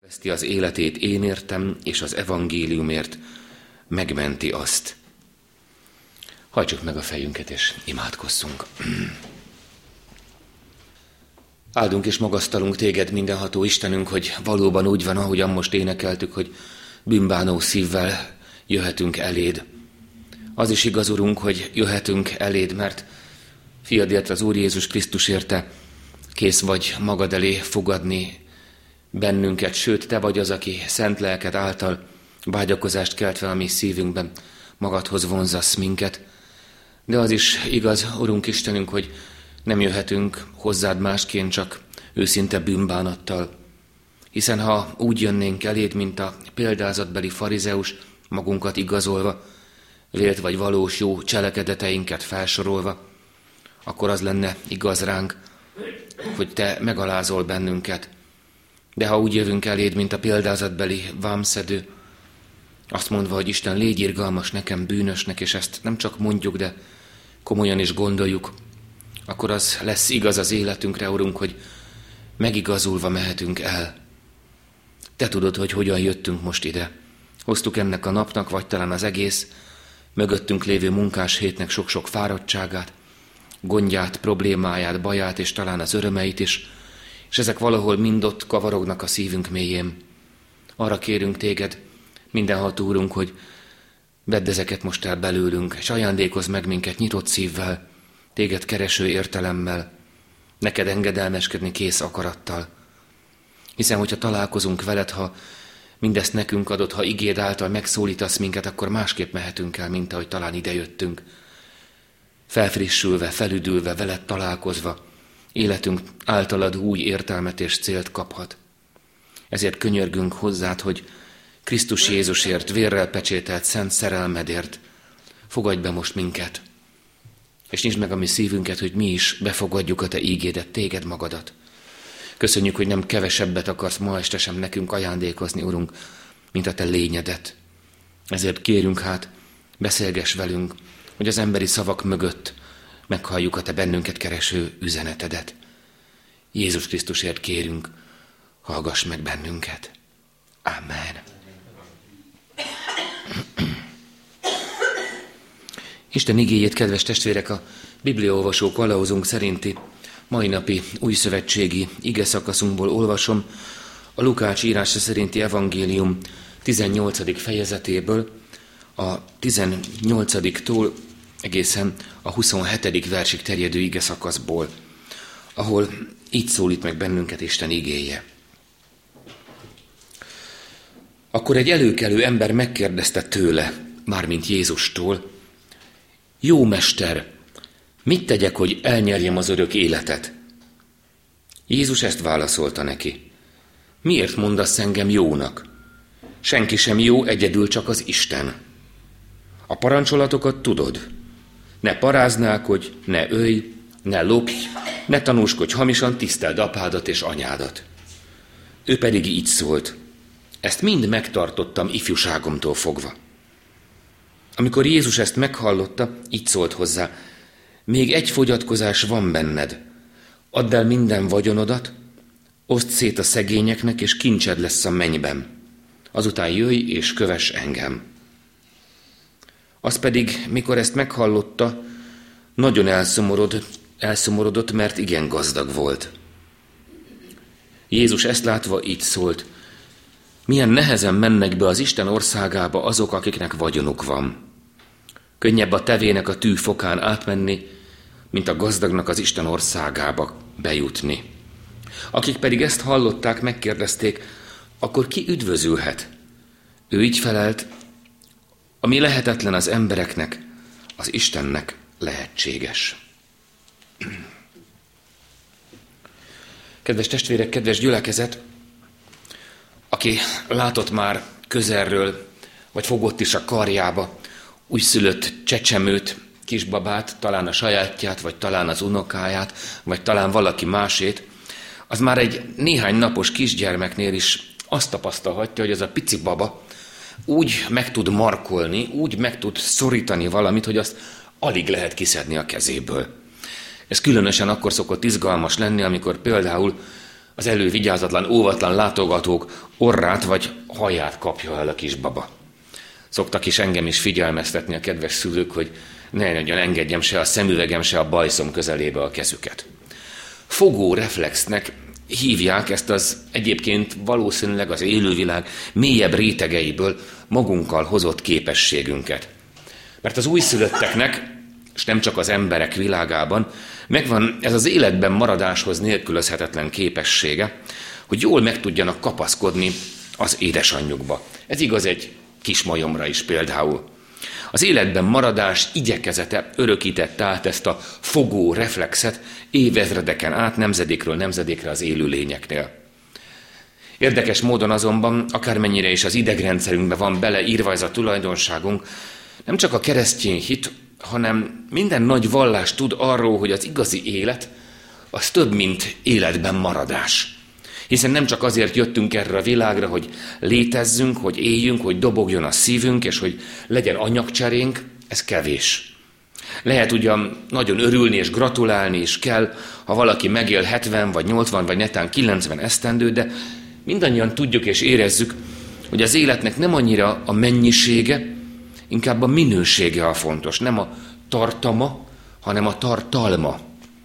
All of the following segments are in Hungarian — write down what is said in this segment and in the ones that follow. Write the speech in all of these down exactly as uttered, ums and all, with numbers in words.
Veszti az életét én értem, és az evangéliumért megmenti azt. Hajtsuk meg a fejünket, és imádkozzunk. Áldunk és magasztalunk téged, mindenható Istenünk, hogy valóban úgy van, ahogyan most énekeltük, hogy bűnbánó szívvel jöhetünk eléd. Az is igaz, Urunk, hogy jöhetünk eléd, mert fiadért, az Úr Jézus Krisztus érte kész vagy magad elé fogadni bennünket, sőt, te vagy az, aki szent lelked által vágyakozást keltve a mi szívünkben magadhoz vonzasz minket. De az is igaz, Urunk Istenünk, hogy nem jöhetünk hozzád másként, csak őszinte bűnbánattal. Hiszen ha úgy jönnénk eléd, mint a példázatbeli farizeus, magunkat igazolva, vélt vagy valós jó cselekedeteinket felsorolva, akkor az lenne igaz ránk, hogy te megalázol bennünket. De ha úgy jövünk eléd, mint a példázatbeli vámszedő, azt mondva, hogy Isten, légy irgalmas nekem, bűnösnek, és ezt nem csak mondjuk, de komolyan is gondoljuk, akkor az lesz igaz az életünkre, Urunk, hogy megigazulva mehetünk el. Te tudod, hogy hogyan jöttünk most ide. Hoztuk ennek a napnak, vagy talán az egész mögöttünk lévő munkás hétnek sok-sok fáradtságát, gondját, problémáját, baját, és talán az örömeit is, és ezek valahol mind ott kavarognak a szívünk mélyén. Arra kérünk téged, mindenható Úrunk, hogy vedd ezeket most el belőlünk, és ajándékozz meg minket nyitott szívvel, téged kereső értelemmel, neked engedelmeskedni kész akarattal. Hiszen, hogyha találkozunk veled, ha mindezt nekünk adod, ha igéd által megszólítasz minket, akkor másképp mehetünk el, mint ahogy talán idejöttünk. Felfrissülve, felüdülve, veled találkozva, életünk általad új értelmet és célt kaphat. Ezért könyörgünk hozzád, hogy Krisztus Jézusért, vérrel pecsételt szent szerelmedért fogadj be most minket, és nyisd meg a mi szívünket, hogy mi is befogadjuk a te ígédet, téged magadat. Köszönjük, hogy nem kevesebbet akarsz ma este sem nekünk ajándékozni, Urunk, mint a te lényedet. Ezért kérünk hát, beszélgess velünk, hogy az emberi szavak mögött meghalljuk a te bennünket kereső üzenetedet. Jézus Krisztusért kérünk, hallgass meg bennünket. Amen. Isten igéjét, kedves testvérek, a bibliaolvasók kalauzunk szerinti mai napi újszövetségi ige szakaszunkból olvasom, a Lukács írása szerinti evangélium tizennyolcadik fejezetéből, a tizennyolcadiktól egészen a huszonhetedik versig terjedő ige szakaszból, ahol így szólít meg bennünket Isten igéje. Akkor egy előkelő ember megkérdezte tőle, mármint Jézustól: Jó mester, mit tegyek, hogy elnyerjem az örök életet? Jézus ezt válaszolta neki: Miért mondasz engem jónak? Senki sem jó, egyedül csak az Isten. A parancsolatokat tudod. Ne paráználkodj, ne ölj, ne lopj, ne tanúskodj hamisan, tiszteld apádat és anyádat. Ő pedig így szólt: Ezt mind megtartottam ifjúságomtól fogva. Amikor Jézus ezt meghallotta, így szólt hozzá: Még egy fogyatkozás van benned. Add el minden vagyonodat, oszd szét a szegényeknek, és kincsed lesz a mennyben. Azután jöjj és kövess engem. Az pedig, mikor ezt meghallotta, nagyon elszomorodott, elszomorodott, mert igen gazdag volt. Jézus ezt látva így szólt: Milyen nehezen mennek be az Isten országába azok, akiknek vagyonuk van. Könnyebb a tevének a tű fokán átmenni, mint a gazdagnak az Isten országába bejutni. Akik pedig ezt hallották, megkérdezték: Akkor ki üdvözülhet? Ő így felelt: Ami lehetetlen az embereknek, az Istennek lehetséges. Kedves testvérek, kedves gyülekezet, aki látott már közelről, vagy fogott is a karjába újszülött csecsemőt, kisbabát, talán a sajátját, vagy talán az unokáját, vagy talán valaki másét, az már egy néhány napos kisgyermeknél is azt tapasztalhatja, hogy az a pici baba úgy meg tud markolni, úgy meg tud szorítani valamit, hogy azt alig lehet kiszedni a kezéből. Ez különösen akkor szokott izgalmas lenni, amikor például az elővigyázatlan, óvatlan látogatók orrát vagy haját kapja el a kisbaba. Szoktak is engem is figyelmeztetni a kedves szülők, hogy ne nagyon engedjem se a szemüvegem, se a bajszom közelébe a kezüket. Fogó reflexnek hívják ezt az egyébként valószínűleg az élővilág mélyebb rétegeiből magunkkal hozott képességünket. Mert az újszülötteknek, és nem csak az emberek világában, megvan ez az életben maradáshoz nélkülözhetetlen képessége, hogy jól meg tudjanak kapaszkodni az édesanyjukba. Ez igaz egy kismajomra is például. Az életben maradás igyekezete örökítette át ezt a fogó reflexet évezredeken át nemzedékről nemzedékre az élő lényeknél. Érdekes módon azonban, akármennyire is az idegrendszerünkbe van beleírva ez a tulajdonságunk, nem csak a keresztény hit, hanem minden nagy vallás tud arról, hogy az igazi élet az több, mint életben maradás. Hiszen nem csak azért jöttünk erre a világra, hogy létezzünk, hogy éljünk, hogy dobogjon a szívünk, és hogy legyen anyagcserénk, ez kevés. Lehet ugyan nagyon örülni és gratulálni is kell, ha valaki megél hetven, vagy nyolcvan, vagy netán kilencven esztendő, de mindannyian tudjuk és érezzük, hogy az életnek nem annyira a mennyisége, inkább a minősége a fontos, nem a tartama, hanem a tartalma.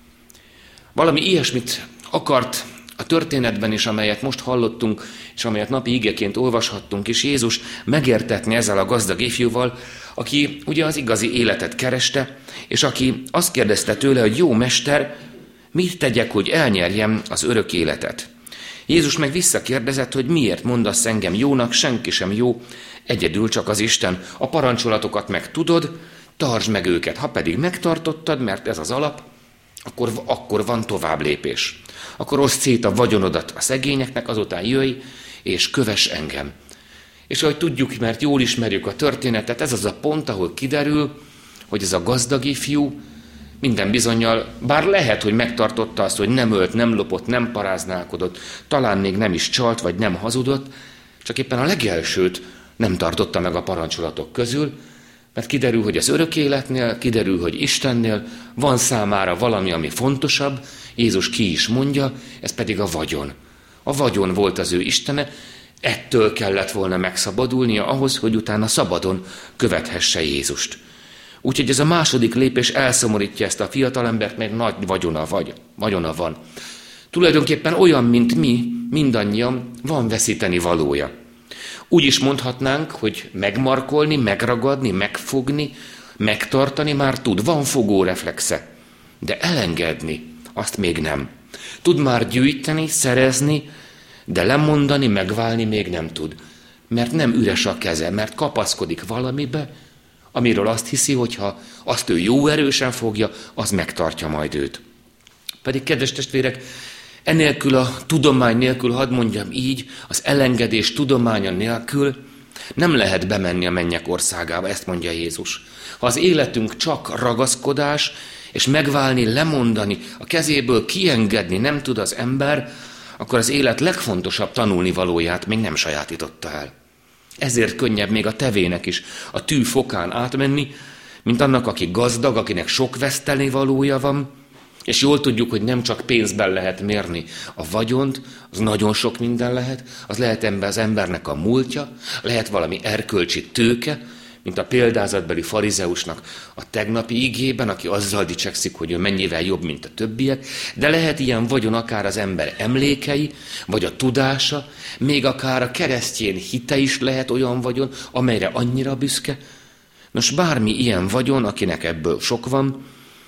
Valami ilyesmit akart a történetben is, amelyet most hallottunk, és amelyet napi igeként olvashattunk is, Jézus megértetni ezzel a gazdag ifjúval, aki ugye az igazi életet kereste, és aki azt kérdezte tőle, hogy jó mester, mit tegyek, hogy elnyerjem az örök életet? Jézus meg visszakérdezett, hogy miért mondasz engem jónak, senki sem jó, egyedül csak az Isten. A parancsolatokat meg tudod, tartsd meg őket. Ha pedig megtartottad, mert ez az alap, akkor, akkor van tovább lépés. Akkor oszd szét a vagyonodat a szegényeknek, azután jöjj, és kövess engem. És ahogy tudjuk, mert jól ismerjük a történetet, ez az a pont, ahol kiderül, hogy ez a gazdag ifjú minden bizonnyal, bár lehet, hogy megtartotta azt, hogy nem ölt, nem lopott, nem paráználkodott, talán még nem is csalt, vagy nem hazudott, csak éppen a legelsőt nem tartotta meg a parancsolatok közül, mert kiderül, hogy az örök életnél, kiderül, hogy Istennél van számára valami, ami fontosabb, Jézus ki is mondja, ez pedig a vagyon. A vagyon volt az ő Istene, ettől kellett volna megszabadulnia ahhoz, hogy utána szabadon követhesse Jézust. Úgyhogy ez a második lépés elszomorítja ezt a fiatalembert, mert nagy vagyona, vagy, vagyona van. Tulajdonképpen olyan, mint mi, mindannyian van veszíteni valója. Úgy is mondhatnánk, hogy megmarkolni, megragadni, megfogni, megtartani már tud, van fogó reflexe, de elengedni azt még nem. Tud már gyűjteni, szerezni, de lemondani, megválni még nem tud. Mert nem üres a keze, mert kapaszkodik valamibe, amiről azt hiszi, hogy ha azt ő jó erősen fogja, az megtartja majd őt. Pedig, kedves testvérek, enélkül a tudomány nélkül, hadd mondjam így, az elengedés tudománya nélkül nem lehet bemenni a mennyek országába, ezt mondja Jézus. Ha az életünk csak ragaszkodás, és megválni, lemondani, a kezéből kiengedni nem tud az ember, akkor az élet legfontosabb tanulnivalóját még nem sajátította el. Ezért könnyebb még a tevének is a tű fokán átmenni, mint annak, aki gazdag, akinek sok vesztenivalója van, és jól tudjuk, hogy nem csak pénzben lehet mérni a vagyont, az nagyon sok minden lehet, az lehet ember az embernek a múltja, lehet valami erkölcsi tőke, mint a példázatbeli farizeusnak a tegnapi igében, aki azzal dicsekszik, hogy ő mennyivel jobb, mint a többiek, de lehet ilyen vagyon akár az ember emlékei, vagy a tudása, még akár a keresztény hite is lehet olyan vagyon, amelyre annyira büszke. Nos, bármi ilyen vagyon, akinek ebből sok van,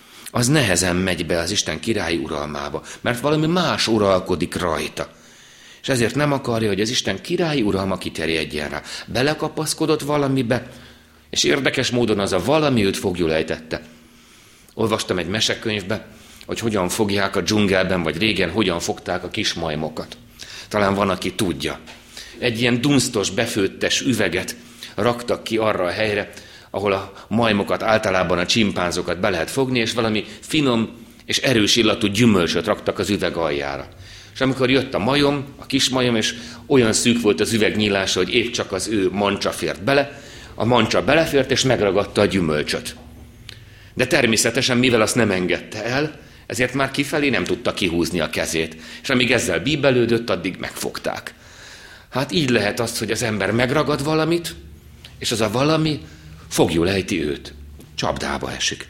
az nehezen megy be az Isten királyi uralmába, mert valami más uralkodik rajta. És ezért nem akarja, hogy az Isten királyi uralma kiterjedjen rá. Belekapaszkodott valamibe, és érdekes módon az a valami őt fogjul ejtette. Olvastam egy mesekönyvbe, hogy hogyan fogják a dzsungelben, vagy régen hogyan fogták a kismajmokat. Talán van, aki tudja. Egy ilyen dunsztos, befőttes üveget raktak ki arra a helyre, ahol a majmokat, általában a csimpánzokat be lehet fogni, és valami finom és erős illatú gyümölcsöt raktak az üveg aljára. És amikor jött a majom, a kismajom, és olyan szűk volt az üveg nyílása, hogy épp csak az ő mancsa fért bele, a mancsa belefért, és megragadta a gyümölcsöt. De természetesen, mivel azt nem engedte el, Ezért már kifelé nem tudta kihúzni a kezét, és amíg ezzel bíbelődött, addig megfogták. Hát így lehet az, hogy az ember megragad valamit, és az a valami foglyul ejti őt. Csapdába esik.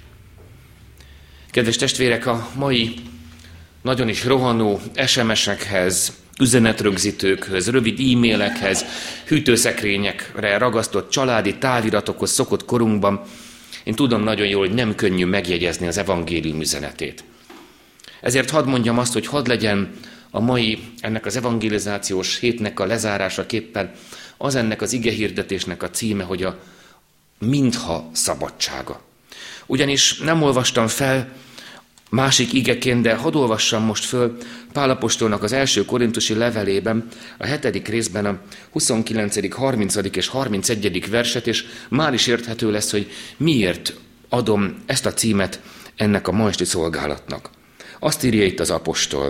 Kedves testvérek, a mai nagyon is rohanó es em esekhez, üzenetrögzítőkhöz, rövid e-mailekhez, hűtőszekrényekre ragasztott családi táviratokhoz szokott korunkban én tudom nagyon jól, hogy nem könnyű megjegyezni az evangélium üzenetét. Ezért hadd mondjam azt, hogy hadd legyen a mai, ennek az evangelizációs hétnek a lezárásaképpen az ennek az igehirdetésnek a címe, hogy a mintha szabadsága. Ugyanis nem olvastam fel másik igeként, de hadd olvassam most föl Pál apostolnak az első korintusi levelében, a hetedik részben a huszonkilencedik, harmincadik és harmincegyedik verset, és már is érthető lesz, hogy miért adom ezt a címet ennek a ma esti szolgálatnak. Azt írja itt az apostol.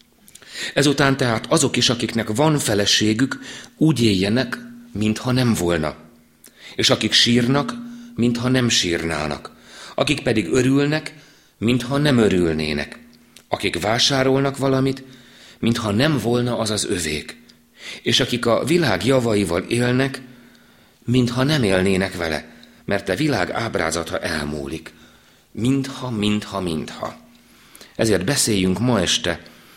Ezután tehát azok is, akiknek van feleségük, úgy éljenek, mintha nem volna. És akik sírnak, mintha nem sírnának. Akik pedig örülnek, mintha nem örülnének. Akik vásárolnak valamit, mintha nem volna az az övék. És akik a világ javaival élnek, mintha nem élnének vele, mert a világ ábrázata elmúlik. Mintha, mintha, mintha. Ezért beszéljünk ma este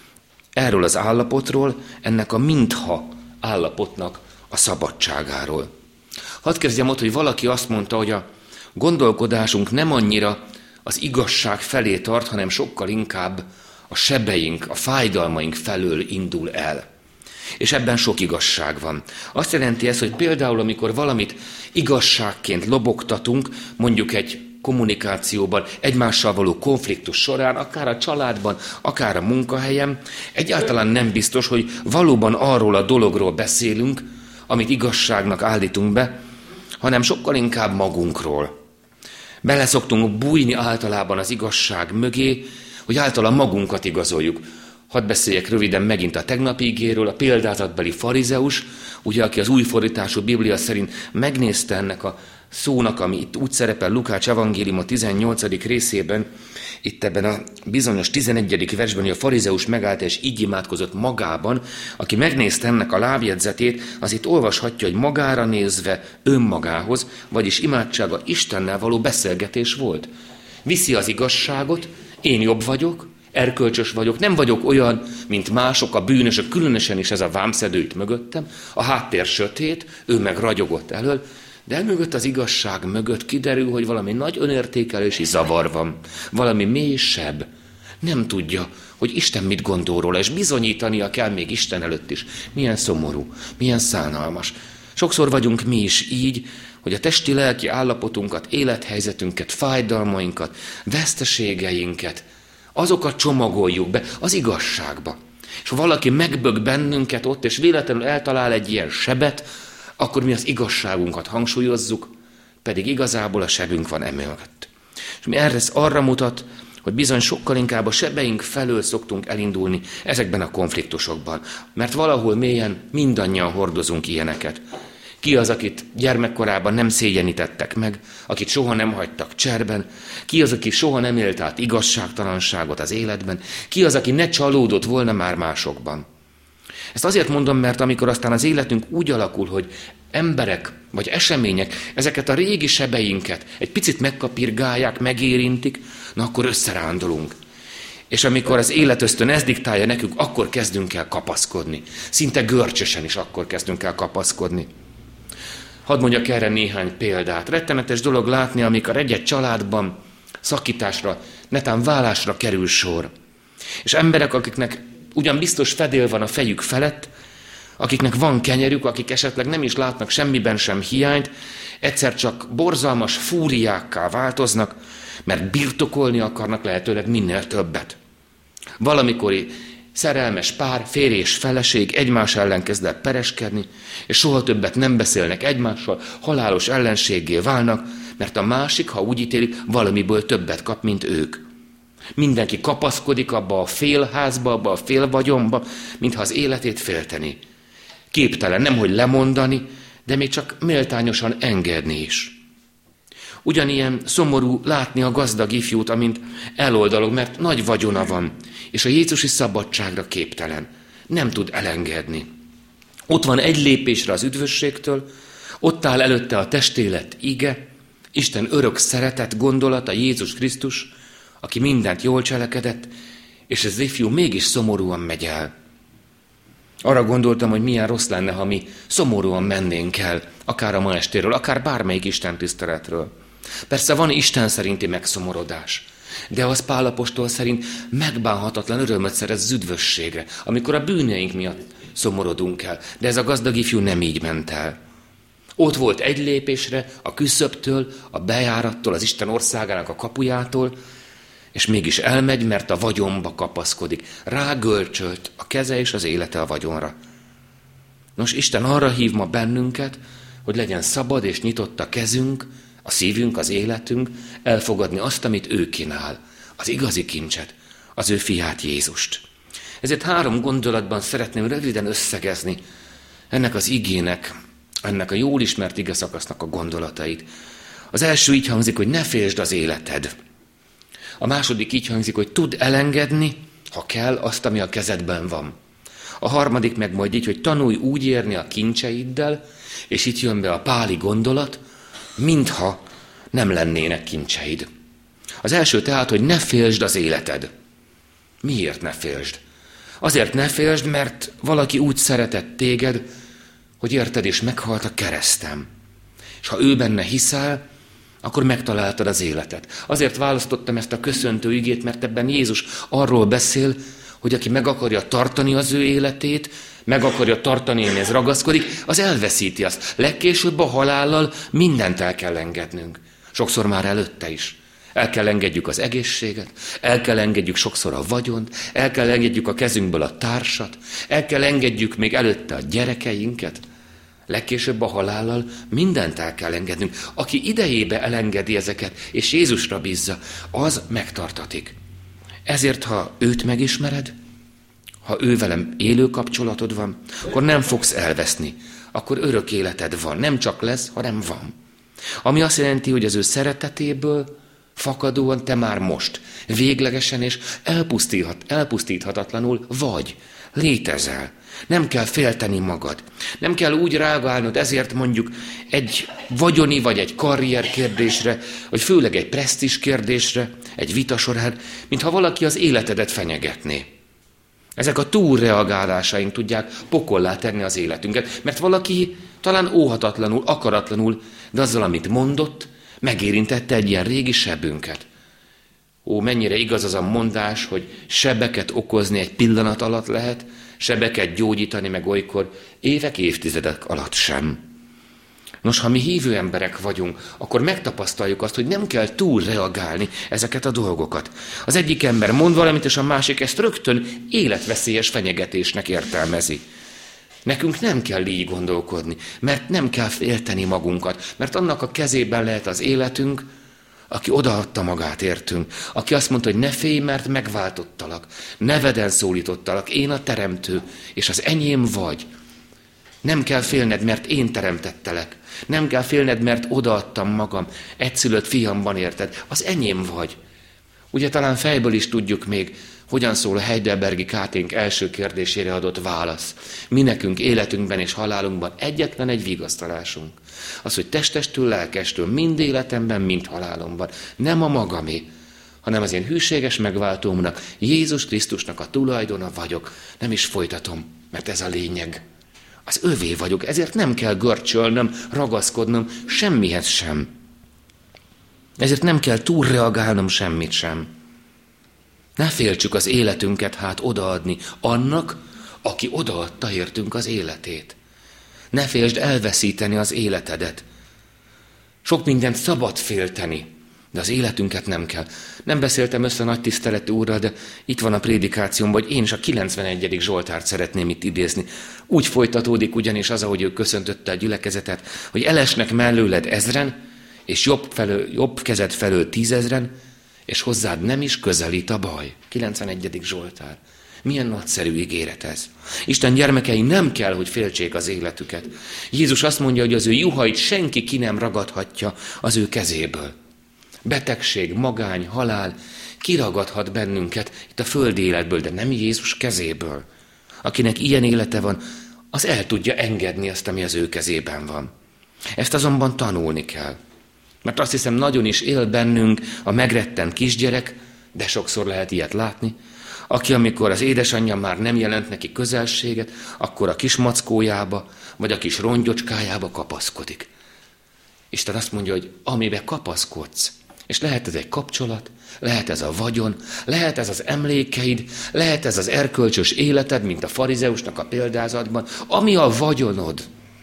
erről az állapotról, ennek a mintha állapotnak a szabadságáról. Hadd kezdjem ott, hogy valaki azt mondta, hogy a gondolkodásunk nem annyira az igazság felé tart, hanem sokkal inkább a sebeink, a fájdalmaink felől indul el. És ebben sok igazság van. Azt jelenti ez, hogy például, amikor valamit igazságként lobogtatunk, mondjuk egy kommunikációban, egymással való konfliktus során, akár a családban, akár a munkahelyen, egyáltalán nem biztos, hogy valóban arról a dologról beszélünk, amit igazságnak állítunk be, hanem sokkal inkább magunkról. Bele szoktunk bújni általában az igazság mögé, hogy általán magunkat igazoljuk. Hadd beszéljek röviden megint a tegnapi igéről, a példázatbeli farizeus, ugye, aki az új fordítású Biblia szerint megnézte ennek a szónak, ami itt úgy szerepel Lukács evangélium a tizennyolcadik részében, itt ebben a bizonyos tizenegyedik versben, hogy a farizeus megállt és így imádkozott magában, aki megnézte ennek a lábjegyzetét, az itt olvashatja, hogy magára nézve önmagához, vagyis imádsága Istennel való beszélgetés volt. Viszi az igazságot, én jobb vagyok, erkölcsös vagyok, nem vagyok olyan, mint mások, a bűnösök, különösen is ez a vámszedő itt mögöttem, a háttér sötét, ő meg ragyogott elől, de mögött az igazság mögött kiderül, hogy valami nagy önértékelési zavar van, valami mélysebb. Nem tudja, hogy Isten mit gondol róla, és bizonyítania kell még Isten előtt is. Milyen szomorú, milyen szánalmas. Sokszor vagyunk mi is így, hogy a testi-lelki állapotunkat, élethelyzetünket, fájdalmainkat, veszteségeinket, azokat csomagoljuk be az igazságba. És ha valaki megbög bennünket ott, és véletlenül eltalál egy ilyen sebet, akkor mi az igazságunkat hangsúlyozzuk, pedig igazából a sebünk van emögött. És mi erre arra mutat, hogy bizony sokkal inkább a sebeink felől szoktunk elindulni ezekben a konfliktusokban, mert valahol mélyen mindannyian hordozunk ilyeneket. Ki az, akit gyermekkorában nem szégyenítettek meg, akit soha nem hagytak cserben, ki az, aki soha nem élt át igazságtalanságot az életben, ki az, aki ne csalódott volna már másokban. Ezt azért mondom, mert amikor aztán az életünk úgy alakul, hogy emberek vagy események ezeket a régi sebeinket egy picit megkapirgálják, megérintik, na akkor összerándulunk. És amikor az életösztön ezt diktálja nekünk, akkor kezdünk el kapaszkodni. Szinte görcsösen is akkor kezdünk el kapaszkodni. Hadd mondjak erre néhány példát. Rettenetes dolog látni, amikor egy-egy családban szakításra, netán válásra kerül sor. És emberek, akiknek ugyan biztos fedél van a fejük felett, akiknek van kenyerük, akik esetleg nem is látnak semmiben sem hiányt, egyszer csak borzalmas fúriákká változnak, mert birtokolni akarnak lehetőleg minél többet. Valamikori szerelmes pár, férj és feleség egymás ellen kezd el pereskedni, és soha többet nem beszélnek egymással, halálos ellenséggé válnak, mert a másik, ha úgy ítélik, valamiből többet kap, mint ők. Mindenki kapaszkodik abba a félházba, abba a félvagyonba, mintha az életét félteni. Képtelen nemhogy lemondani, de még csak méltányosan engedni is. Ugyanilyen szomorú látni a gazdag ifjút, amint eloldalog, mert nagy vagyona van, és a jézusi szabadságra képtelen. Nem tud elengedni. Ott van egy lépésre az üdvösségtől, ott áll előtte a testélet ige, Isten örök szeretet gondolata, Jézus Krisztus, aki mindent jól cselekedett, és ez ifjú mégis szomorúan megy el. Arra gondoltam, hogy milyen rossz lenne, ha mi szomorúan mennénk el, akár a ma estéről, akár bármelyik Isten tiszteletről. Persze van Isten szerinti megszomorodás, de az Pál apostol szerint megbánhatatlan örömöt szerez az üdvösségre, amikor a bűneink miatt szomorodunk el. De ez a gazdag ifjú nem így ment el. Ott volt egy lépésre, a küszöbtől, a bejárattól, az Isten országának a kapujától, és mégis elmegy, mert a vagyonba kapaszkodik. Rágölcsölt a keze és az élete a vagyonra. Nos, Isten arra hív ma bennünket, hogy legyen szabad és nyitott a kezünk, a szívünk, az életünk, elfogadni azt, amit ő kínál, az igazi kincset, az ő fiát Jézust. Ezért három gondolatban szeretném röviden összegezni ennek az igének, ennek a jól ismert igeszakasznak a gondolatait. Az első így hangzik, hogy ne féltsd az életed. A második így hangzik, hogy tudd elengedni, ha kell, azt, ami a kezedben van. A harmadik meg majd így, hogy tanulj úgy érni a kincseiddel, és itt jön be a páli gondolat, mintha nem lennének kincseid. Az első tehát, hogy ne féltsd az életed. Miért ne féltsd? Azért ne féltsd, mert valaki úgy szeretett téged, hogy érted és meghalt a kereszten. És ha ő benne hiszel, akkor megtaláltad az életet. Azért választottam ezt a köszöntő igét, mert ebben Jézus arról beszél, hogy aki meg akarja tartani az ő életét, meg akarja tartani, amihez ragaszkodik, az elveszíti azt. Legkésőbb a halállal mindent el kell engednünk. Sokszor már előtte is. El kell engedjük az egészséget, el kell engedjük sokszor a vagyont, el kell engedjük a kezünkből a társat, el kell engedjük még előtte a gyerekeinket. Legkésőbb a halállal mindent el kell engednünk. Aki idejébe elengedi ezeket, és Jézusra bízza, az megtartatik. Ezért, ha őt megismered, ha ő velem élő kapcsolatod van, akkor nem fogsz elveszni. Akkor örök életed van. Nem csak lesz, hanem van. Ami azt jelenti, hogy az ő szeretetéből fakadóan te már most, véglegesen és elpusztíthat, elpusztíthatatlanul vagy, létezel. Nem kell félteni magad. Nem kell úgy reagálnod ezért mondjuk egy vagyoni vagy egy karrier kérdésre, vagy főleg egy presztízs kérdésre, egy vita során, mintha valaki az életedet fenyegetné. Ezek a túlreagálásaink tudják pokollá tenni az életünket, mert valaki talán óhatatlanul, akaratlanul, de azzal, amit mondott, megérintette egy ilyen régi sebünket. Ó, mennyire igaz az a mondás, hogy sebeket okozni egy pillanat alatt lehet, sebeket gyógyítani meg olykor évek, évtizedek alatt sem. Nos, ha mi hívő emberek vagyunk, akkor megtapasztaljuk azt, hogy nem kell túl reagálni ezeket a dolgokat. Az egyik ember mond valamit, és a másik ezt rögtön életveszélyes fenyegetésnek értelmezi. Nekünk nem kell így gondolkodni, mert nem kell félteni magunkat, mert annak a kezében lehet az életünk, aki odaadta magát értünk, aki azt mondta, hogy ne félj, mert megváltottalak, neveden szólítottalak, én a teremtő, és az enyém vagy. Nem kell félned, mert én teremtettelek. Nem kell félned, mert odaadtam magam. Egyszülött fiamban érted. Az enyém vagy. Ugye talán fejből is tudjuk még, hogyan szól a Heidelbergi Káténk első kérdésére adott válasz. Mi nekünk életünkben és halálunkban egyetlen egy vigasztalásunk. Az, hogy testestől, lelkestől, mind életemben, mind halálomban. Nem a magamé, hanem az én hűséges megváltómnak, Jézus Krisztusnak a tulajdona vagyok. Nem is folytatom, mert ez a lényeg. Az övé vagyok, ezért nem kell görcsölnöm, ragaszkodnom semmihez sem. Ezért nem kell túlreagálnom semmit sem. Ne féltsük az életünket hát odaadni annak, aki odaadta értünk az életét. Ne féltsd elveszíteni az életedet. Sok mindent szabad félteni, de az életünket nem kell. Nem beszéltem össze a nagy tiszteletű úrral, de itt van a prédikációmban, hogy én is a kilencvenegyedik Zsoltárt szeretném itt idézni. Úgy folytatódik ugyanis az, ahogy ő köszöntötte a gyülekezetet, hogy elesnek mellőled ezren, és jobb, felől, jobb kezed felől tízezren, és hozzád nem is közelít a baj. kilencvenegyedik Zsoltár. Milyen nagyszerű ígéret ez. Isten gyermekei nem kell, hogy féltsék az életüket. Jézus azt mondja, hogy az ő juhait senki ki nem ragadhatja az ő kezéből. Betegség, magány, halál kiragadhat bennünket itt a földi életből, de nem Jézus kezéből. Akinek ilyen élete van, az el tudja engedni azt, ami az ő kezében van. Ezt azonban tanulni kell. Mert azt hiszem, nagyon is él bennünk a megrettent kisgyerek, de sokszor lehet ilyet látni, aki amikor az édesanyja már nem jelent neki közelséget, akkor a kis mackójába, vagy a kis rongyocskájába kapaszkodik. Isten azt mondja, hogy amibe kapaszkodsz, és lehet ez egy kapcsolat, lehet ez a vagyon, lehet ez az emlékeid, lehet ez az erkölcsös életed, mint a farizeusnak a példázatban, ami a vagyonod,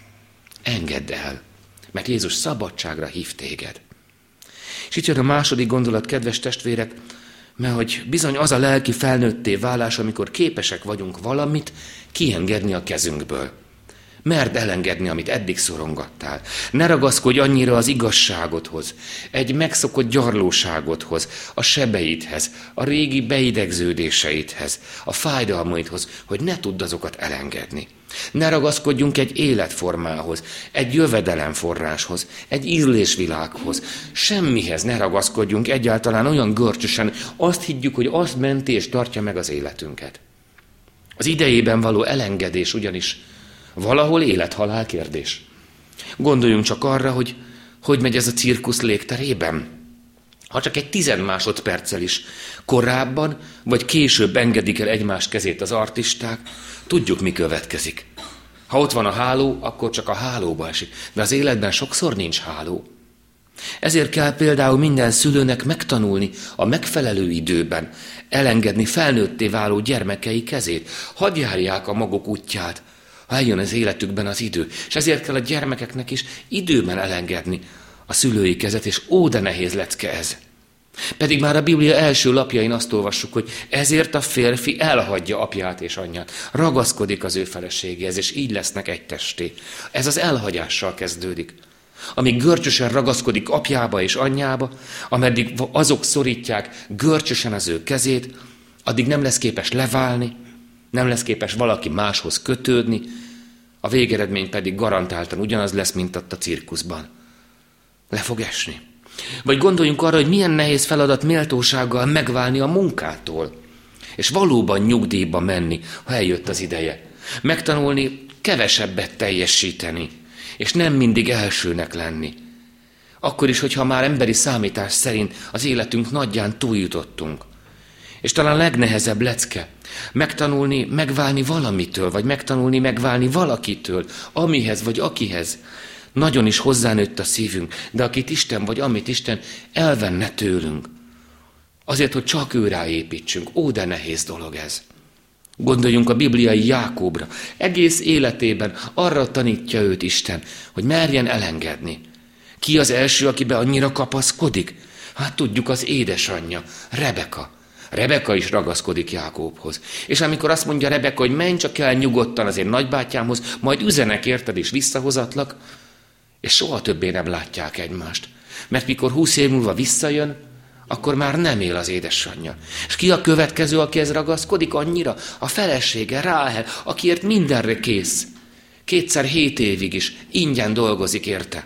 engedd el, mert Jézus szabadságra hív téged. És itt jön a második gondolat, kedves testvérek, mert hogy bizony az a lelki felnőtté válás, amikor képesek vagyunk valamit kiengedni a kezünkből. Merd elengedni, amit eddig szorongattál. Ne ragaszkodj annyira az igazságodhoz, egy megszokott gyarlóságodhoz, a sebeidhez, a régi beidegződéseidhez, a fájdalmaidhoz, hogy ne tudd azokat elengedni. Ne ragaszkodjunk egy életformához, egy jövedelemforráshoz, egy ízlésvilághoz. Semmihez ne ragaszkodjunk egyáltalán olyan görcsösen, azt higgyük, hogy azt menti és tartja meg az életünket. Az idejében való elengedés ugyanis valahol élet-halál kérdés. Gondoljunk csak arra, hogy hogy megy ez a cirkusz légterében. Ha csak egy tizen másodperccel is korábban vagy később engedik el egymás kezét az artisták, tudjuk, mi következik. Ha ott van a háló, akkor csak a hálóba esik, de az életben sokszor nincs háló. Ezért kell például minden szülőnek megtanulni a megfelelő időben elengedni felnőtté váló gyermekei kezét. Hadd járják a maguk útját, ha eljön az életükben az idő. És ezért kell a gyermekeknek is időben elengedni a szülői kezet, és ó, de nehéz lecke ez. Pedig már a Biblia első lapjain azt olvassuk, hogy ezért a férfi elhagyja apját és anyját, ragaszkodik az ő feleségéhez, és így lesznek egy testé. Ez az elhagyással kezdődik. Amíg görcsösen ragaszkodik apjába és anyjába, ameddig azok szorítják görcsösen az ő kezét, addig nem lesz képes leválni, nem lesz képes valaki máshoz kötődni, a végeredmény pedig garantáltan ugyanaz lesz, mint ott a cirkuszban. Le fog esni. Vagy gondoljunk arra, hogy milyen nehéz feladat méltósággal megválni a munkától, és valóban nyugdíjba menni, ha eljött az ideje. Megtanulni kevesebbet teljesíteni, és nem mindig elsőnek lenni. Akkor is, hogyha már emberi számítás szerint az életünk nagyján túljutottunk. És talán a legnehezebb lecke, megtanulni megválni valamitől, vagy megtanulni megválni valakitől, amihez vagy akihez. Nagyon is hozzánőtt a szívünk, de akit Isten vagy amit Isten elvenne tőlünk. Azért, hogy csak őrá építsünk. Ó, de nehéz dolog ez. Gondoljunk a bibliai Jákóbra. Egész életében arra tanítja őt Isten, hogy merjen elengedni. Ki az első, akibe annyira kapaszkodik? Hát tudjuk, az édesanyja, Rebeka. Rebeka is ragaszkodik Jákóbhoz. És amikor azt mondja Rebeka, hogy menj csak el nyugodtan az én nagybátyámhoz, majd üzenek érted és visszahozatlak, és soha többé nem látják egymást. Mert mikor húsz év múlva visszajön, akkor már nem él az édesanyja. És ki a következő, akihez ragaszkodik annyira? A felesége, Ráhel, akiért mindenre kész. Kétszer hét évig is ingyen dolgozik érte.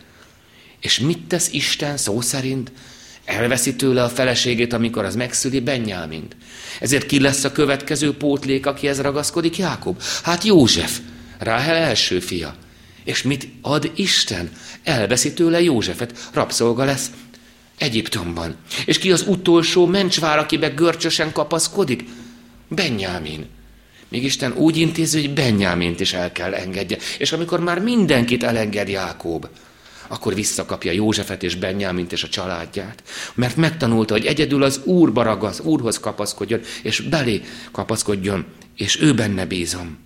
És mit tesz Isten szó szerint? Elveszi tőle a feleségét, amikor az megszüli Benjámint. Ezért ki lesz a következő pótlék, akihez ragaszkodik Jákob? Hát József, Ráhel első fia. És mit ad Isten? Elveszi tőle Józsefet, rabszolga lesz Egyiptomban. És ki az utolsó mencsvár, akibe görcsösen kapaszkodik? Benjámin. Még Isten úgy intézi, hogy Benjámint is el kell engedje. És amikor már mindenkit elenged Jákob, akkor visszakapja Józsefet és Benjámint és a családját. Mert megtanulta, hogy egyedül az Úrba ragasz, Úrhoz kapaszkodjon, és belé kapaszkodjon, és ő benne bízom.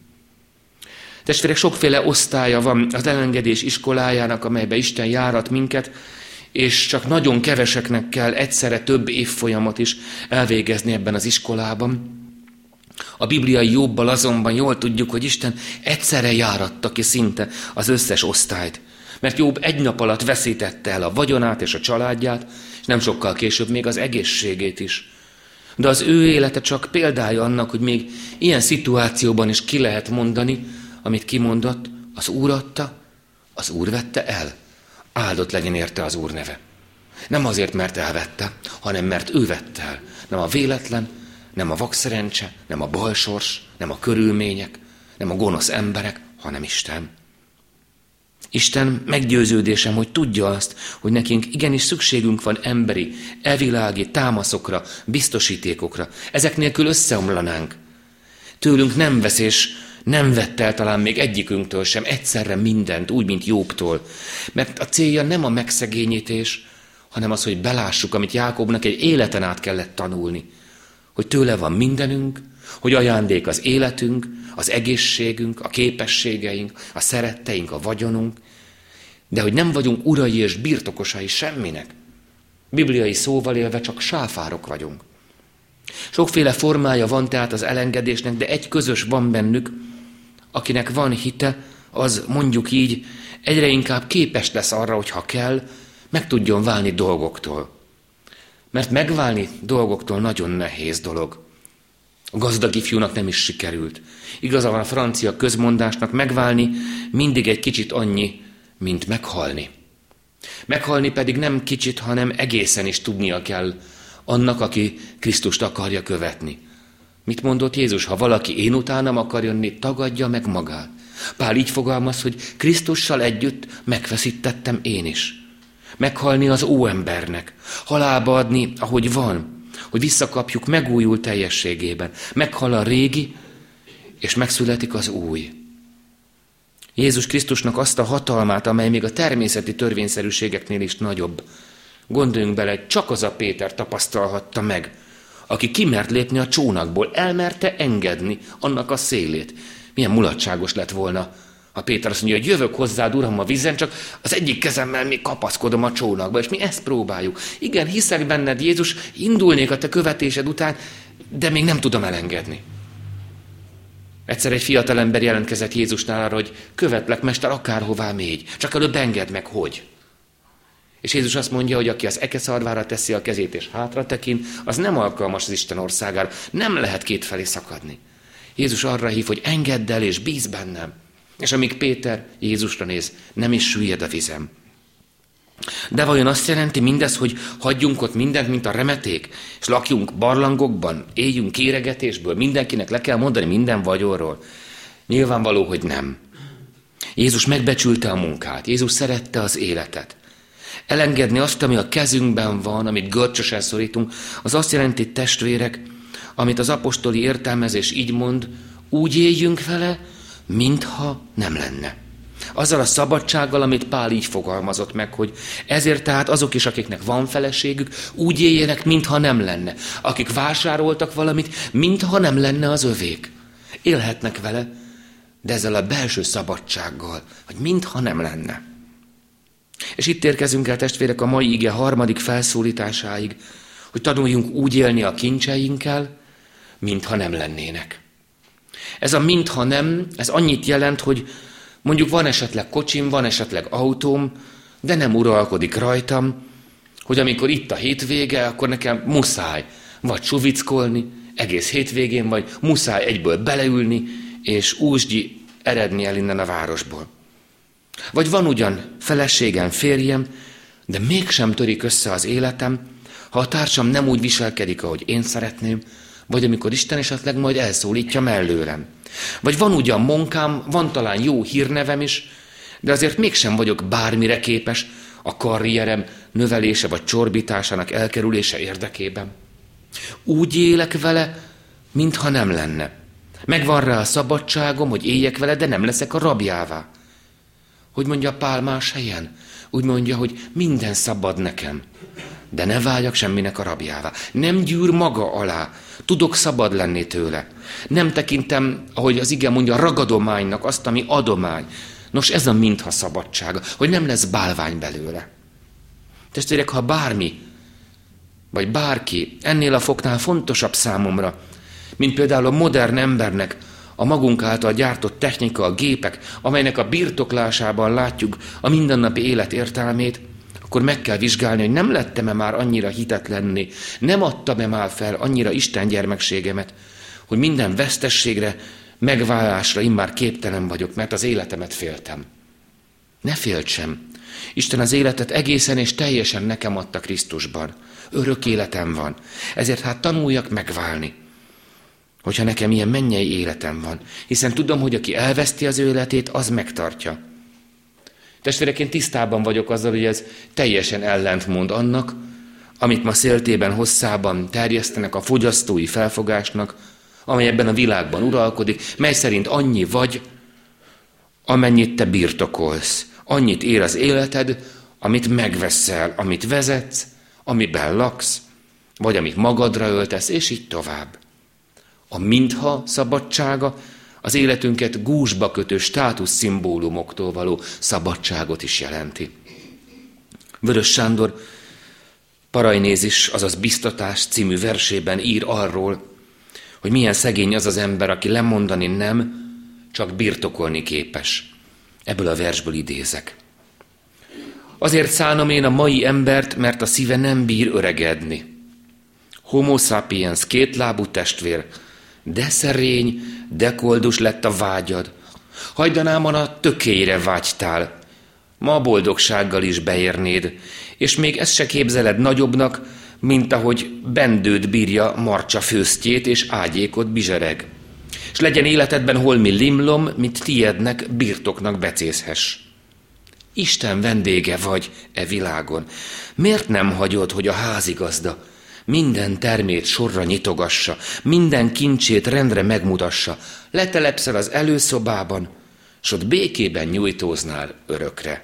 Testvérek, sokféle osztálya van az elengedés iskolájának, amelybe Isten járat minket, és csak nagyon keveseknek kell egyszerre több évfolyamot is elvégezni ebben az iskolában. A bibliai Jobbal azonban jól tudjuk, hogy Isten egyszerre járatta ki szinte az összes osztályt. Mert Jobb egy nap alatt veszítette el a vagyonát és a családját, és nem sokkal később még az egészségét is. de az ő élete csak példája annak, hogy még ilyen szituációban is ki lehet mondani, amit kimondott, az Úr adta, az Úr vette el. Áldott legyen érte az Úr neve. Nem azért, mert elvette, hanem mert ő vette el. Nem a véletlen, nem a vakszerencse, nem a balsors, nem a körülmények, nem a gonosz emberek, hanem Isten. Isten meggyőződésem, hogy tudja azt, hogy nekünk igenis szükségünk van emberi, evilági támaszokra, biztosítékokra. Ezek nélkül összeomlanánk. Tőlünk nem vesz és nem vett el talán még egyikünktől sem egyszerre mindent, úgy, mint Jobbtól. Mert a célja nem a megszegényítés, hanem az, hogy belássuk, amit Jákobnak egy életen át kellett tanulni. Hogy tőle van mindenünk, hogy ajándék az életünk, az egészségünk, a képességeink, a szeretteink, a vagyonunk, de hogy nem vagyunk urai és birtokosai semminek. Bibliai szóval élve csak sáfárok vagyunk. Sokféle formája van tehát az elengedésnek, de egy közös van bennük, akinek van hite, az mondjuk így egyre inkább képes lesz arra, hogy ha kell, meg tudjon válni dolgoktól. Mert megválni dolgoktól nagyon nehéz dolog. A gazdag ifjúnak nem is sikerült. Igaza van a francia közmondásnak, megválni mindig egy kicsit annyi, mint meghalni. Meghalni pedig nem kicsit, hanem egészen is tudnia kell annak, aki Krisztust akarja követni. Mit mondott Jézus? Ha valaki én utánam akar jönni, tagadja meg magát. Pál így fogalmaz, hogy Krisztussal együtt megfeszítettem én is. Meghalni az óembernek, halálba adni, ahogy van, hogy visszakapjuk megújult teljességében. Meghal a régi, és megszületik az új. Jézus Krisztusnak azt a hatalmát, amely még a természeti törvényszerűségeknél is nagyobb. Gondoljunk bele, csak az a Péter tapasztalhatta meg, aki kimert lépni a csónakból, elmerte engedni annak a szélét. Milyen mulatságos lett volna, ha Péter azt mondja, hogy jövök hozzád, Uram, a vízen, csak az egyik kezemmel még kapaszkodom a csónakba, és mi ezt próbáljuk. Igen, hiszek benned, Jézus, indulnék a te követésed után, de még nem tudom elengedni. Egyszer egy fiatalember jelentkezett Jézusnál arra, hogy követlek, mester, akárhová mégy, csak előbb engedd meg, hogy. És Jézus azt mondja, hogy aki az ekeszarvára teszi a kezét és hátra tekint, az nem alkalmas az Isten országára, nem lehet kétfelé szakadni. Jézus arra hív, hogy engedd el és bíz bennem. És amíg Péter Jézusra néz, nem is süllyed a vizem. De vajon azt jelenti mindez, hogy hagyjunk ott mindent, mint a remeték, és lakjunk barlangokban, éljünk kéregetésből, mindenkinek le kell mondani minden vagyonról? Nyilvánvaló, hogy nem. Jézus megbecsülte a munkát, Jézus szerette az életet. Elengedni azt, ami a kezünkben van, amit görcsösen szorítunk, az azt jelenti, testvérek, amit az apostoli értelmezés így mond, úgy éljünk vele, mintha nem lenne. Azzal a szabadsággal, amit Pál így fogalmazott meg, hogy ezért tehát azok is, akiknek van feleségük, úgy éljenek, mintha nem lenne. Akik vásároltak valamit, mintha nem lenne az övék. Élhetnek vele, de ezzel a belső szabadsággal, hogy mintha nem lenne. És itt érkezünk el, testvérek, a mai ige harmadik felszólításáig, hogy tanuljunk úgy élni a kincseinkkel, mintha nem lennének. Ez a mintha nem, ez annyit jelent, hogy mondjuk van esetleg kocsim, van esetleg autóm, de nem uralkodik rajtam, hogy amikor itt a hétvége, akkor nekem muszáj vagy suvickolni, egész hétvégén, vagy muszáj egyből beleülni, és úsgyi eredni el innen a városból. Vagy van ugyan feleségem, férjem, de mégsem törik össze az életem, ha a társam nem úgy viselkedik, ahogy én szeretném, vagy amikor Isten esetleg majd elszólítja mellőlem. Vagy van ugyan munkám, van talán jó hírnevem is, de azért mégsem vagyok bármire képes a karrierem növelése vagy csorbításának elkerülése érdekében. Úgy élek vele, mintha nem lenne. Megvan rá a szabadságom, hogy éljek vele, de nem leszek a rabjává. Hogy mondja Pál más helyen? Úgy mondja, hogy minden szabad nekem, de ne váljak semminek a rabjává. Nem gyűr maga alá, tudok szabad lenni tőle. Nem tekintem, ahogy az ige mondja, ragadománynak azt, ami adomány. Nos, ez a mintha szabadsága, hogy nem lesz bálvány belőle. Testvérek, ha bármi, vagy bárki ennél a foknál fontosabb számomra, mint például a modern embernek a magunk által gyártott technika, a gépek, amelynek a birtoklásában látjuk a mindennapi élet értelmét, akkor meg kell vizsgálni, hogy nem lettem-e már annyira hitetlenné, nem adtam-e már fel annyira Isten gyermekségemet, hogy minden vesztességre, megválásra immár képtelen vagyok, mert az életemet féltem. Ne féltsem! Isten az életet egészen és teljesen nekem adta Krisztusban. Örök életem van. Ezért hát tanuljak megválni, hogyha nekem ilyen mennyei életem van. Hiszen tudom, hogy aki elveszti az ő életét, az megtartja. Testvérek, én tisztában vagyok azzal, hogy ez teljesen ellentmond annak, amit ma széltében, hosszában terjesztenek a fogyasztói felfogásnak, amely ebben a világban uralkodik, mely szerint annyi vagy, amennyit te birtokolsz. Annyit ér az életed, amit megveszel, amit vezetsz, amiben laksz, vagy amit magadra öltesz, és így tovább. A mintha szabadsága az életünket gúzsba kötő státuszszimbólumoktól való szabadságot is jelenti. Vörös Sándor Parajnézis, azaz Biztatás című versében ír arról, hogy milyen szegény az az ember, aki lemondani nem, csak birtokolni képes. Ebből a versből idézek. Azért szánom én a mai embert, mert a szíve nem bír öregedni. Homo sapiens, kétlábú testvér, de szerény, de koldus lett a vágyad. Hajdanában a tökélyre vágytál, ma a boldogsággal is beérnéd, és még ezt se képzeled nagyobbnak, mint ahogy bendőd bírja marcsa főztjét, és ágyékot bizsereg. És legyen életedben holmi limlom, mint tiednek, birtoknak becézhess. Isten vendége vagy e világon. Miért nem hagyod, hogy a házigazda minden termét sorra nyitogassa, minden kincsét rendre megmutassa, letelepszel az előszobában, s ott békében nyújtóznál örökre.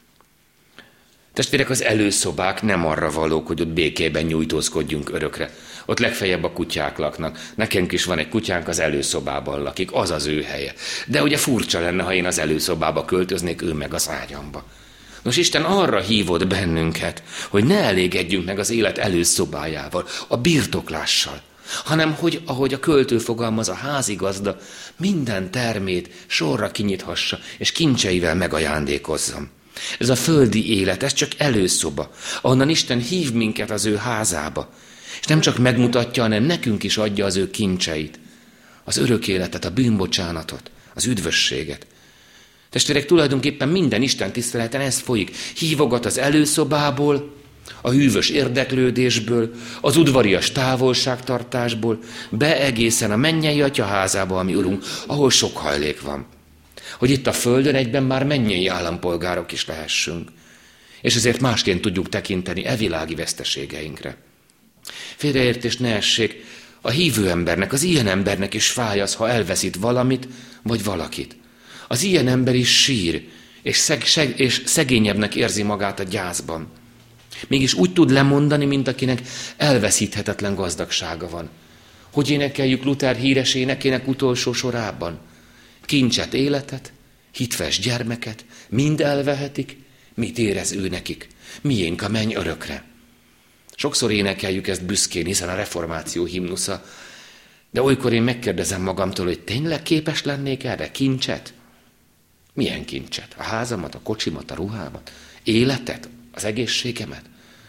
Testvérek, az előszobák nem arra valók, hogy ott békében nyújtózkodjunk örökre. Ott legfeljebb a kutyák laknak. Nekünk is van egy kutyánk, az előszobában lakik, az az ő helye. De ugye furcsa lenne, ha én az előszobába költöznék, ő meg az ágyamba. Nos, Isten arra hívott bennünket, hogy ne elégedjünk meg az élet előszobájával, a birtoklással, hanem hogy, ahogy a költő fogalmaz, a házigazda minden termét sorra kinyithassa, és kincseivel megajándékozzam. Ez a földi élet, ez csak előszoba, ahonnan Isten hív minket az ő házába, és nem csak megmutatja, hanem nekünk is adja az ő kincseit, az örök életet, a bűnbocsánatot, az üdvösséget. Testvérek, tulajdonképpen minden Isten tiszteleten ez folyik. Hívogat az előszobából, a hűvös érdeklődésből, az udvarias távolságtartásból, be egészen a mennyei atyaházába, ami Urunk, ahol sok hajlék van. Hogy itt a földön egyben már mennyei állampolgárok is lehessünk. És ezért másként tudjuk tekinteni e világi veszteségeinkre. Félreértést ne essék, a hívő embernek, az ilyen embernek is fáj az, ha elveszít valamit, vagy valakit. Az ilyen ember is sír, és, szeg, seg, és szegényebbnek érzi magát a gyászban. Mégis úgy tud lemondani, mint akinek elveszíthetetlen gazdagsága van. Hogy énekeljük Luther híres énekének utolsó sorában? Kincset, életet, hitves gyermeket, mind elvehetik, mit érez ő nekik? Miénk a menny örökre. Sokszor énekeljük ezt büszkén, hiszen a reformáció himnusza, de olykor én megkérdezem magamtól, hogy tényleg képes lennék erre kincset? Milyen kincset? A házamat, a kocsimat, a ruhámat? Életet? Az egészségemet?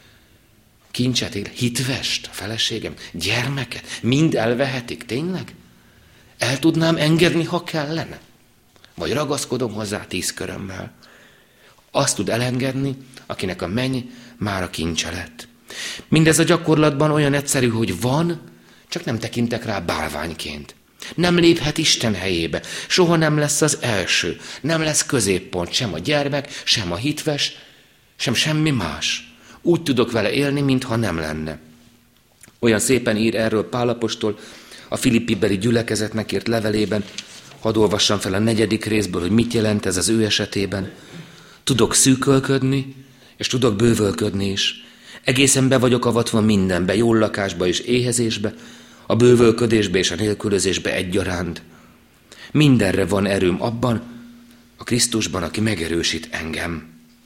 Kincset, élet, hitvest, a feleségem, gyermeket? Mind elvehetik, tényleg? El tudnám engedni, ha kellene? Vagy ragaszkodom hozzá tíz körömmel? Azt tud elengedni, akinek a menny már a kincse lett. Mindez a gyakorlatban olyan egyszerű, hogy van, csak nem tekintek rá bálványként. Nem léphet Isten helyébe, soha nem lesz az első, nem lesz középpont, sem a gyermek, sem a hitves, sem semmi más. Úgy tudok vele élni, mintha nem lenne. Olyan szépen ír erről Pál apostol a filippibeli gyülekezetnek írt levelében, hadd olvassam fel a negyedik részből, hogy mit jelent ez az ő esetében. Tudok szűkölködni, és tudok bővölködni is. Egészen be vagyok avatva mindenbe, jól lakásba és éhezésbe, a bővölködésbe és a nélkülözésbe egyaránt. Mindenre van erőm abban, a Krisztusban, aki megerősít engem.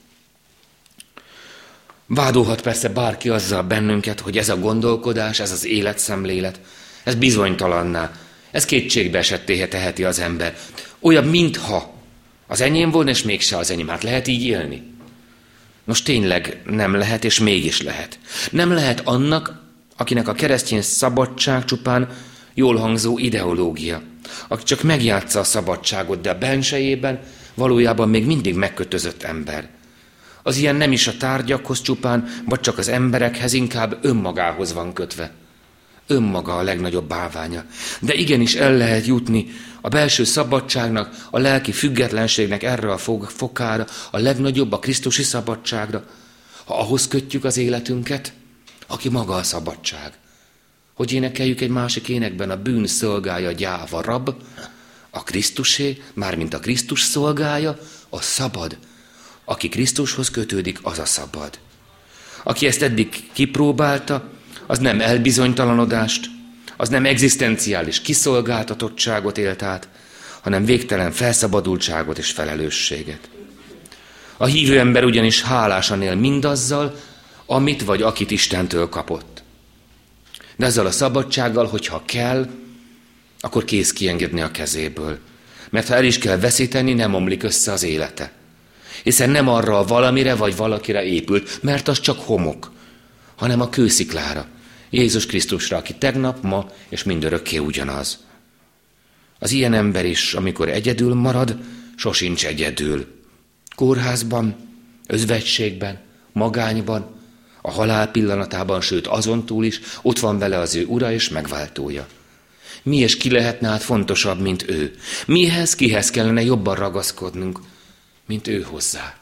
Vádolhat persze bárki azzal bennünket, hogy ez a gondolkodás, ez az életszemlélet, ez bizonytalanná, ez kétségbe esetté teheti az ember. Olyan, mintha az enyém volna, és mégse az enyém. Hát lehet így élni? Most tényleg nem lehet, és mégis lehet. Nem lehet annak, akinek a keresztény szabadság csupán jól hangzó ideológia, aki csak megjátsza a szabadságot, de a bensejében valójában még mindig megkötözött ember. Az ilyen nem is a tárgyakhoz csupán, vagy csak az emberekhez, inkább önmagához van kötve. Önmaga a legnagyobb bálványa. De igenis el lehet jutni a belső szabadságnak, a lelki függetlenségnek erre a fokára, a legnagyobb, a krisztusi szabadságra, ha ahhoz kötjük az életünket, aki maga a szabadság. Hogy énekeljük egy másik énekben, a bűn szolgája gyáva rab, a Krisztusé, mármint a Krisztus szolgája, a szabad. Aki Krisztushoz kötődik, az a szabad. Aki ezt eddig kipróbálta, az nem elbizonytalanodást, az nem egzisztenciális kiszolgáltatottságot élt át, hanem végtelen felszabadultságot és felelősséget. A hívő ember ugyanis hálásan él mindazzal, amit vagy akit Istentől kapott. De ezzel a szabadsággal, hogyha kell, akkor kész kiengedni a kezéből. Mert ha el is kell veszíteni, nem omlik össze az élete. Hiszen nem arra a valamire vagy valakire épült, mert az csak homok, hanem a kősziklára, Jézus Krisztusra, aki tegnap, ma és mindörökké ugyanaz. Az ilyen ember is, amikor egyedül marad, sosincs egyedül. Kórházban, özvegységben, magányban, a halál pillanatában, sőt azon túl is, ott van vele az ő ura és megváltója. Mi és ki lehetne át fontosabb, mint ő? Mihez, kihez kellene jobban ragaszkodnunk, mint ő hozzá?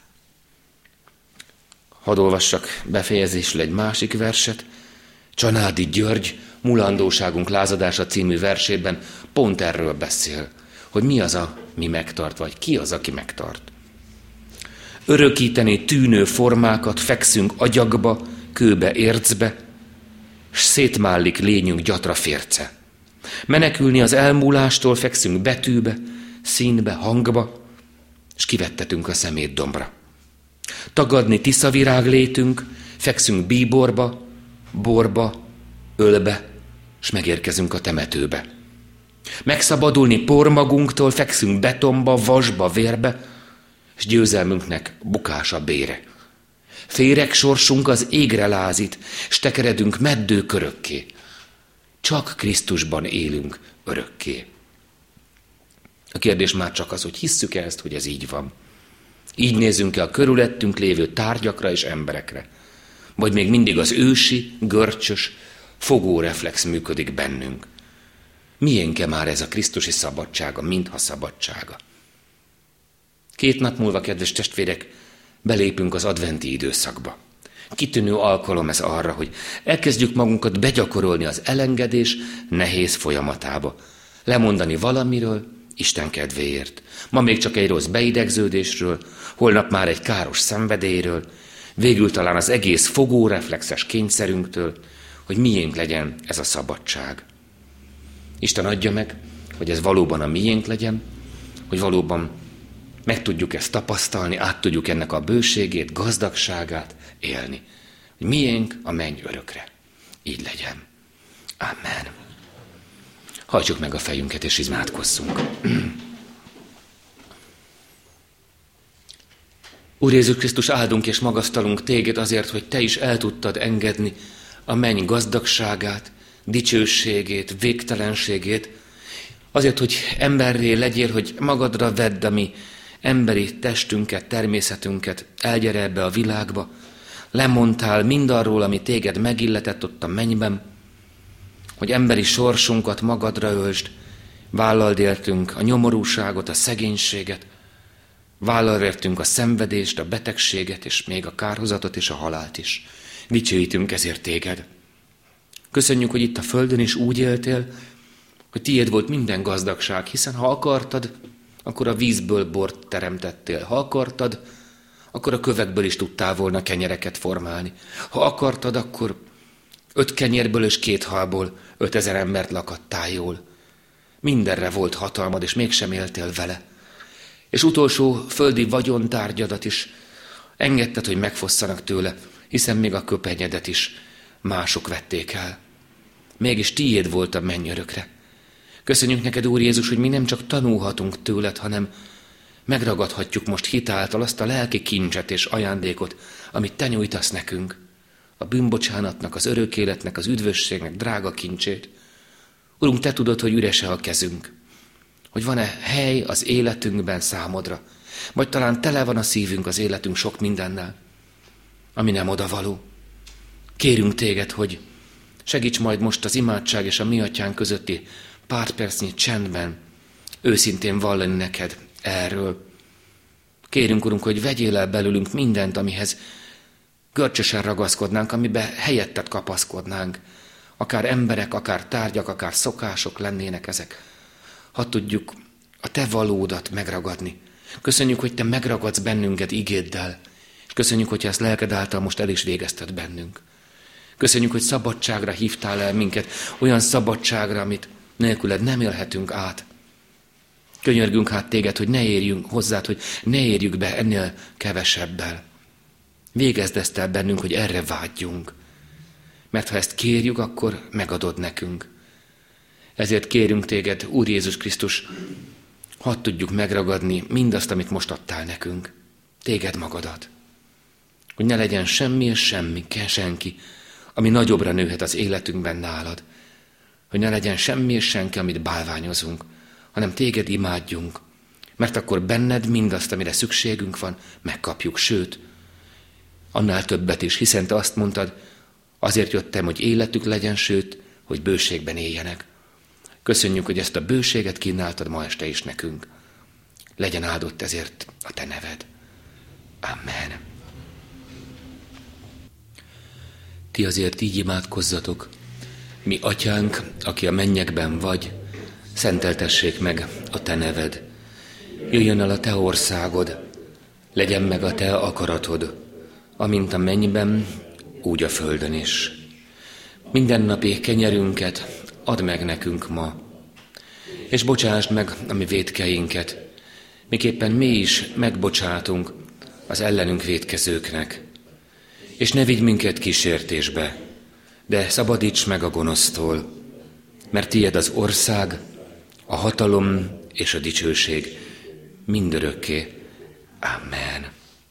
Hadd olvassak befejezésül egy másik verset. Csanádi György Mulandóságunk lázadása című versében pont erről beszél, hogy mi az, ami megtart, vagy ki az, aki megtart. Örökíteni tűnő formákat fekszünk agyagba, kőbe, ércbe, s szétmállik lényünk gyatra férce. Menekülni az elmúlástól fekszünk betűbe, színbe, hangba, s kivettetünk a szemét dombra. Tagadni tiszavirág létünk, fekszünk bíborba, borba, ölbe, s megérkezünk a temetőbe. Megszabadulni pormagunktól fekszünk betonba, vasba, vérbe, s győzelmünknek bukás a bére. Féreg sorsunk az égre lázít, s tekeredünk meddő körökké. Csak Krisztusban élünk örökké. A kérdés már csak az, hogy hisszük-e ezt, hogy ez így van. Így nézzünk-e a körülöttünk lévő tárgyakra és emberekre. Vagy még mindig az ősi, görcsös, fogóreflex működik bennünk. Miénk-e már ez a krisztusi szabadsága, mintha szabadsága? Két nap múlva, kedves testvérek, belépünk az adventi időszakba. Kitűnő alkalom ez arra, hogy elkezdjük magunkat begyakorolni az elengedés nehéz folyamatába. Lemondani valamiről, Isten kedvéért. Ma még csak egy rossz beidegződésről, holnap már egy káros szenvedélyről, végül talán az egész fogóreflexes kényszerünktől, hogy miénk legyen ez a szabadság. Isten adja meg, hogy ez valóban a miénk legyen, hogy valóban meg tudjuk ezt tapasztalni, át tudjuk ennek a bőségét, gazdagságát élni. Hogy miénk a menny örökre. Így legyen. Amen. Hajtsuk meg a fejünket és imádkozzunk. Úr Jézus Krisztus, áldunk és magasztalunk téged azért, hogy te is el tudtad engedni a menny gazdagságát, dicsőségét, végtelenségét, azért, hogy emberré legyél, hogy magadra vedd a mi emberi testünket, természetünket, elgyere ebbe a világba, lemondtál mindarról, ami téged megilletett ott a mennyben, hogy emberi sorsunkat magadra öltsd, vállald értünk a nyomorúságot, a szegénységet, vállald értünk a szenvedést, a betegséget, és még a kárhozatot és a halált is. Dicsőítünk ezért téged. Köszönjük, hogy itt a földön is úgy éltél, hogy tiéd volt minden gazdagság, hiszen ha akartad, akkor a vízből bort teremtettél. Ha akartad, akkor a kövekből is tudtál volna kenyereket formálni. Ha akartad, akkor öt kenyérből és két halból ötezer embert lakadtál jól. Mindenre volt hatalmad, és mégsem éltél vele. És utolsó földi vagyontárgyadat is engedted, hogy megfosszanak tőle, hiszen még a köpenyedet is mások vették el. Mégis tiéd volt a menny örökre. Köszönjük neked, Úr Jézus, hogy mi nem csak tanulhatunk tőled, hanem megragadhatjuk most hitáltal azt a lelki kincset és ajándékot, amit te nyújtasz nekünk, a bűnbocsánatnak, az örök életnek, az üdvösségnek drága kincsét. Urunk, te tudod, hogy üres-e a kezünk, hogy van-e hely az életünkben számodra, vagy talán tele van a szívünk, az életünk sok mindennel, ami nem odavaló. Kérünk téged, hogy segíts majd most az imádság és a mi atyánk közötti pár percnyi csendben őszintén vallani neked erről. Kérünk, Urunk, hogy vegyél el belőlünk mindent, amihez görcsösen ragaszkodnánk, amiben helyettet kapaszkodnánk. Akár emberek, akár tárgyak, akár szokások lennének ezek. Ha tudjuk a te valódat megragadni. Köszönjük, hogy te megragadsz bennünket igéddel, és köszönjük, hogy ezt lelked által most el is végezted bennünk. Köszönjük, hogy szabadságra hívtál el minket, olyan szabadságra, amit nélküled nem élhetünk át. Könyörgünk hát téged, hogy ne érjünk hozzád, hogy ne érjük be ennél kevesebbel. Végezd ezt el bennünk, hogy erre vágyjunk. Mert ha ezt kérjük, akkor megadod nekünk. Ezért kérünk téged, Úr Jézus Krisztus, hadd tudjuk megragadni mindazt, amit most adtál nekünk. Téged magadat. Hogy ne legyen semmi és semmi, senki, ami nagyobbra nőhet az életünkben nálad. Hogy ne legyen semmi és senki, amit bálványozunk, hanem téged imádjunk. Mert akkor benned mindazt, amire szükségünk van, megkapjuk. Sőt, annál többet is, hiszen te azt mondtad, azért jöttem, hogy életük legyen, sőt, hogy bőségben éljenek. Köszönjük, hogy ezt a bőséget kínáltad ma este is nekünk. Legyen áldott ezért a te neved. Amen. Ti azért így imádkozzatok. Mi atyánk, aki a mennyekben vagy, szenteltessék meg a te neved. Jöjjön el a te országod, legyen meg a te akaratod, amint a mennyben, úgy a földön is. Mindennapi kenyerünket add meg nekünk ma, és bocsásd meg a mi vétkeinket, miképpen mi is megbocsátunk az ellenünk vétkezőknek. És ne vigy minket kísértésbe, de szabadíts meg a gonosztól, mert tiéd az ország, a hatalom és a dicsőség mindörökké. Amen.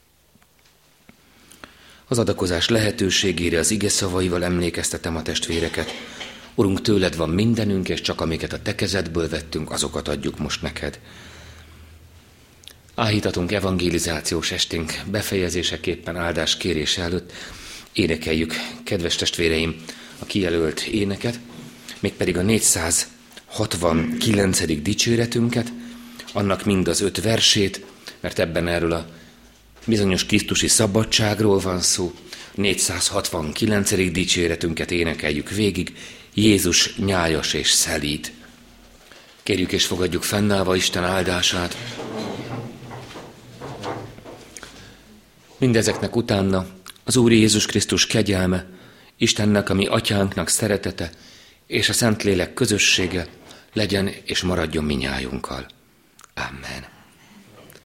Az adakozás lehetőségére az ige szavaival emlékeztetem a testvéreket. Urunk, tőled van mindenünk, és csak amiket a te kezedből vettünk, azokat adjuk most neked. Áhítatunk evangelizációs esténk befejezéseképpen áldás kérése előtt énekeljük, kedves testvéreim, a kijelölt éneket, mégpedig a négyszázhatvankilencedik dicséretünket, annak mind az öt versét, mert ebben erről a bizonyos krisztusi szabadságról van szó. négyszázhatvankilencedik dicséretünket énekeljük végig, Jézus nyájas és szelíd. Kérjük és fogadjuk fennállva Isten áldását. Mindezeknek utána az Úr Jézus Krisztus kegyelme, Istennek, a mi atyánknak szeretete, és a Szentlélek közössége legyen és maradjon minnyájunkkal. Amen.